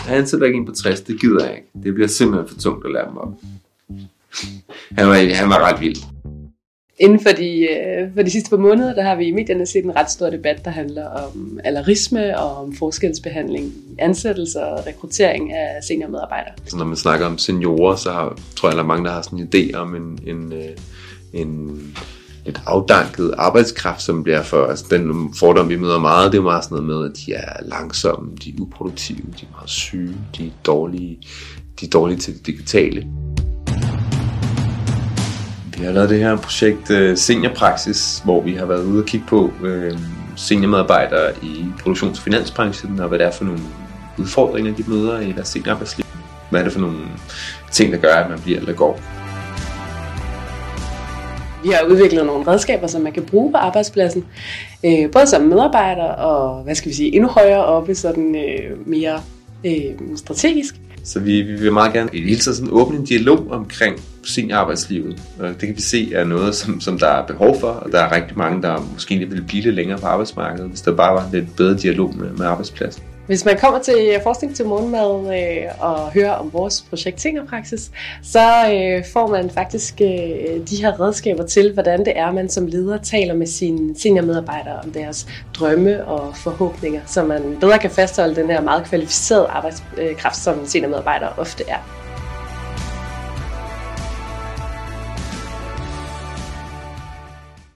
Jeg ansætter ikke en på 60, det gider jeg ikke. Det bliver simpelthen for tungt at lære dem op. Han var ret vild. Inden for de sidste par måneder, der har vi i medierne set en ret stor debat, der handler om alderisme og om forskelsbehandling i ansættelse og rekruttering af seniormedarbejdere. Så når man snakker om seniorer, så tror jeg, der er mange, der har sådan en idé om en lidt afdanket arbejdskraft, som bliver for, altså den fordom, vi møder meget, det er meget sådan noget med, at de er langsomme, de er uproduktive, de er meget syge, de er dårlige til det digitale. Vi har lavet det her projekt Seniorpraksis, hvor vi har været ude og kigge på seniormedarbejdere i produktions- og finansbranchen, og hvad det er for nogle udfordringer, de møder i deres seniorarbejdsliv. Hvad er det for nogle ting, der gør, at man bliver eller går. Vi har udviklet nogle redskaber, som man kan bruge på arbejdspladsen, både som medarbejder og endnu højere oppe, sådan mere strategisk. Så vi vil meget gerne i det hele taget sådan åbne en dialog omkring seniorarbejdslivet. Det kan vi se er noget, som der er behov for, og der er rigtig mange, der måske ville blive lidt længere på arbejdsmarkedet, hvis der bare var en lidt bedre dialog med arbejdspladsen. Hvis man kommer til Forskning til Morgenmad og hører om vores projekt Seniorpraksis, så får man faktisk de her redskaber til, hvordan det er, man som leder taler med sine seniormedarbejdere om deres drømme og forhåbninger, så man bedre kan fastholde den her meget kvalificerede arbejdskraft, som seniormedarbejdere ofte er.